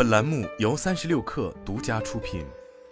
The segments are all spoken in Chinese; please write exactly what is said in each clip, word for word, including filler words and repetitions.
本栏目由三十六氪独家出品。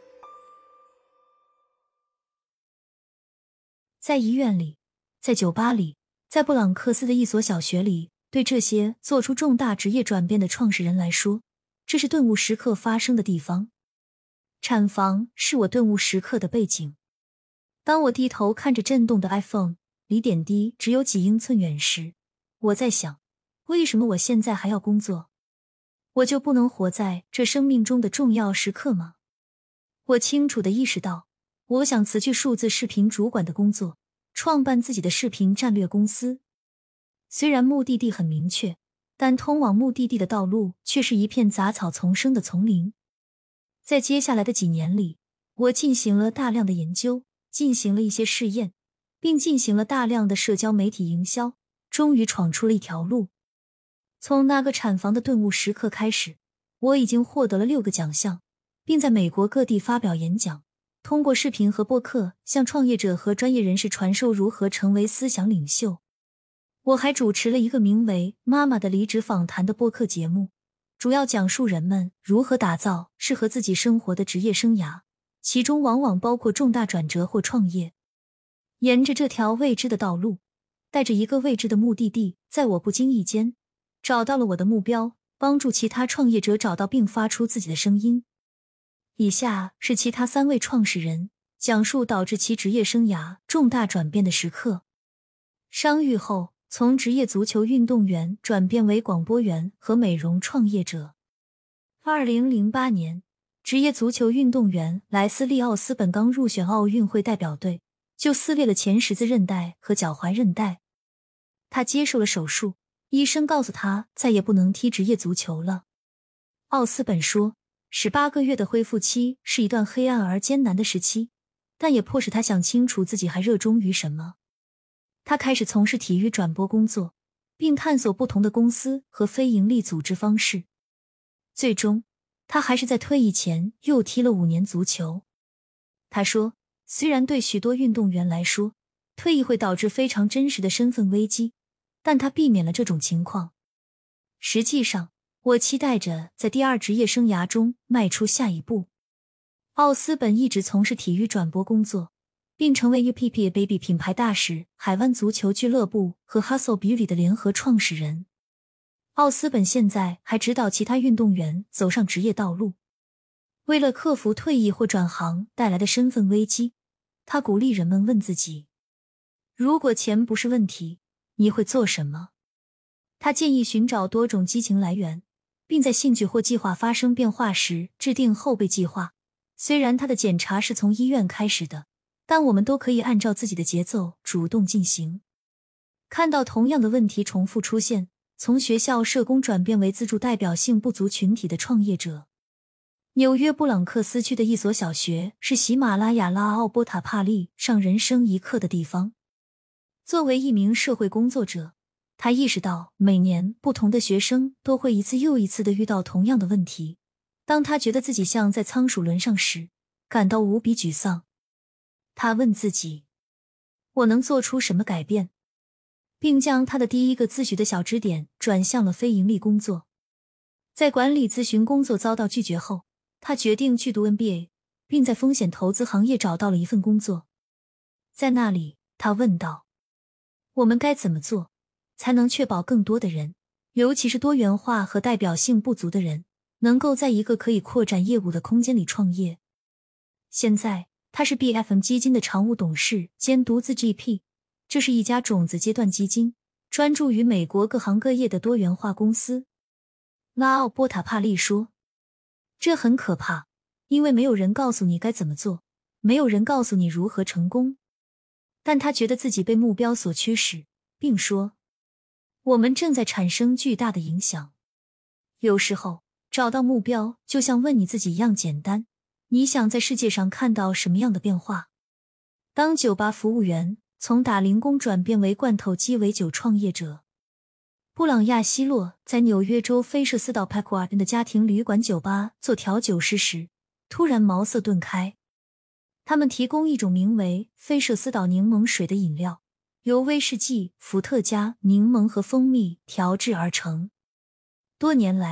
在医院里，在酒吧里，在布朗克斯的一所小学里，对这些做出重大职业转变的创始人来说，这是顿悟时刻发生的地方。产房是我顿悟时刻的背景。当我低头看着震动的 iPhone， 离点滴只有几英寸远时，我在想，为什么我现在还要工作？我就不能活在这生命中的重要时刻吗？我清楚地意识到，我想辞去数字视频主管的工作，创办自己的视频战略公司。虽然目的地很明确，但通往目的地的道路却是一片杂草丛生的丛林。在接下来的几年里，我进行了大量的研究，进行了一些试验，并进行了大量的社交媒体营销，终于闯出了一条路。从那个产房的顿悟时刻开始，我已经获得了六个奖项，并在美国各地发表演讲，通过视频和播客向创业者和专业人士传授如何成为思想领袖。我还主持了一个名为《妈妈的离职访谈》的播客节目，主要讲述人们如何打造适合自己生活的职业生涯，其中往往包括重大转折或创业。沿着这条未知的道路，带着一个未知的目的地，在我不经意间找到了我的目标，帮助其他创业者找到并发出自己的声音。以下是其他三位创始人讲述导致其职业生涯重大转变的时刻。伤愈后，从职业足球运动员转变为广播员和美容创业者。二零零八年，职业足球运动员莱斯利·奥斯本刚入选奥运会代表队，就撕裂了前十字韧带和脚踝韧带。他接受了手术，医生告诉他再也不能踢职业足球了。奥斯本说，十八个月的恢复期是一段黑暗而艰难的时期，但也迫使他想清楚自己还热衷于什么。他开始从事体育转播工作，并探索不同的公司和非营利组织方式。最终，他还是在退役前又踢了五年足球。他说，虽然对许多运动员来说，退役会导致非常真实的身份危机，但他避免了这种情况。实际上，我期待着在第二职业生涯中迈出下一步。奥斯本一直从事体育转播工作，并成为 U P P Baby 品牌大使、海湾足球俱乐部和 Hustle Beauty 的联合创始人。奥斯本现在还指导其他运动员走上职业道路。为了克服退役或转行带来的身份危机，他鼓励人们问自己，如果钱不是问题，你会做什么？他建议寻找多种激情来源，并在兴趣或计划发生变化时制定后备计划。虽然他的检查是从医院开始的，但我们都可以按照自己的节奏主动进行。看到同样的问题重复出现，从学校社工转变为资助代表性不足群体的创业者。纽约布朗克斯区的一所小学是喜马拉雅拉奥波塔帕利上人生一课的地方。作为一名社会工作者，他意识到每年不同的学生都会一次又一次地遇到同样的问题。当他觉得自己像在仓鼠轮上时，感到无比沮丧。他问自己，我能做出什么改变？并将他的第一个自诩的小支点转向了非盈利工作。在管理咨询工作遭到拒绝后，他决定去读 M B A， 并在风险投资行业找到了一份工作。在那里，他问道，我们该怎么做，才能确保更多的人，尤其是多元化和代表性不足的人，能够在一个可以扩展业务的空间里创业？现在，他是 B F M 基金的常务董事兼独资 G P， 这是一家种子阶段基金，专注于美国各行各业的多元化公司。拉奥波塔帕利说，这很可怕，因为没有人告诉你该怎么做，没有人告诉你如何成功。但他觉得自己被目标所驱使，并说，我们正在产生巨大的影响。有时候，找到目标就像问你自己一样简单，你想在世界上看到什么样的变化？当酒吧服务员，从打零工转变为罐头鸡尾酒创业者。布朗亚希洛在纽约州菲舍斯岛 Packard 的家庭旅馆酒吧做调酒师时，突然茅塞顿开。他们提供一种名为菲舍斯岛柠檬水的饮料，由威士忌、伏特加、柠檬和蜂蜜调制而成。多年来，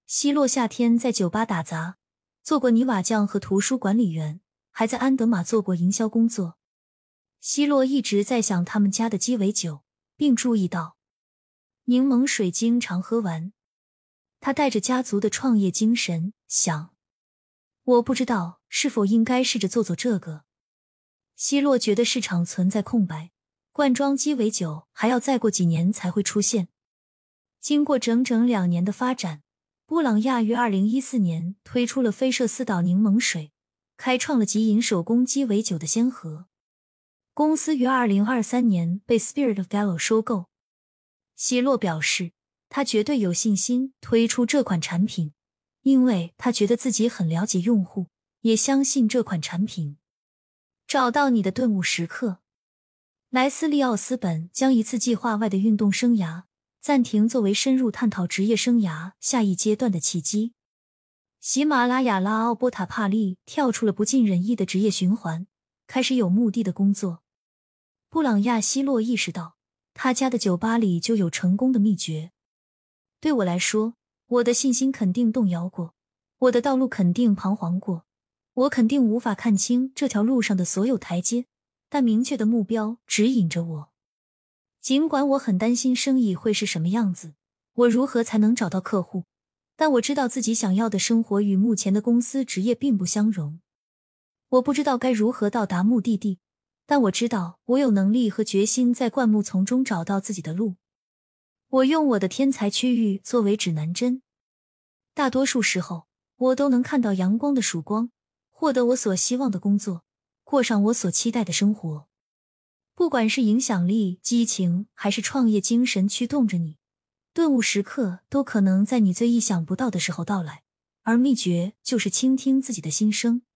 希洛夏天在酒吧打杂，做过泥瓦匠和图书管理员，还在安德玛做过营销工作。希洛一直在想他们家的鸡尾酒，并注意到柠檬水经常喝完。他带着家族的创业精神想，我不知道是否应该试着做做这个。希洛觉得市场存在空白，罐装鸡尾酒还要再过几年才会出现。经过整整两年的发展，布朗亚于二零一四年推出了菲舍斯岛柠檬水，开创了即饮手工鸡尾酒的先河。公司于二零二三年被 Spirit of Gallo 收购。希洛表示，他绝对有信心推出这款产品，因为他觉得自己很了解用户，也相信这款产品。找到你的顿悟时刻。莱斯利·奥斯本将一次计划外的运动生涯暂停作为深入探讨职业生涯下一阶段的契机。喜马拉雅拉奥波塔帕利跳出了不尽人意的职业循环，开始有目的的工作。布朗亚希洛意识到，他家的酒吧里就有成功的秘诀。对我来说，我的信心肯定动摇过，我的道路肯定彷徨过，我肯定无法看清这条路上的所有台阶，但明确的目标指引着我。尽管我很担心生意会是什么样子，我如何才能找到客户，但我知道自己想要的生活与目前的公司职业并不相容。我不知道该如何到达目的地，但我知道我有能力和决心在灌木丛中找到自己的路。我用我的天才区域作为指南针，大多数时候我都能看到阳光的曙光，获得我所希望的工作，过上我所期待的生活。不管是影响力、激情还是创业精神驱动着你，顿悟时刻都可能在你最意想不到的时候到来，而秘诀就是倾听自己的心声。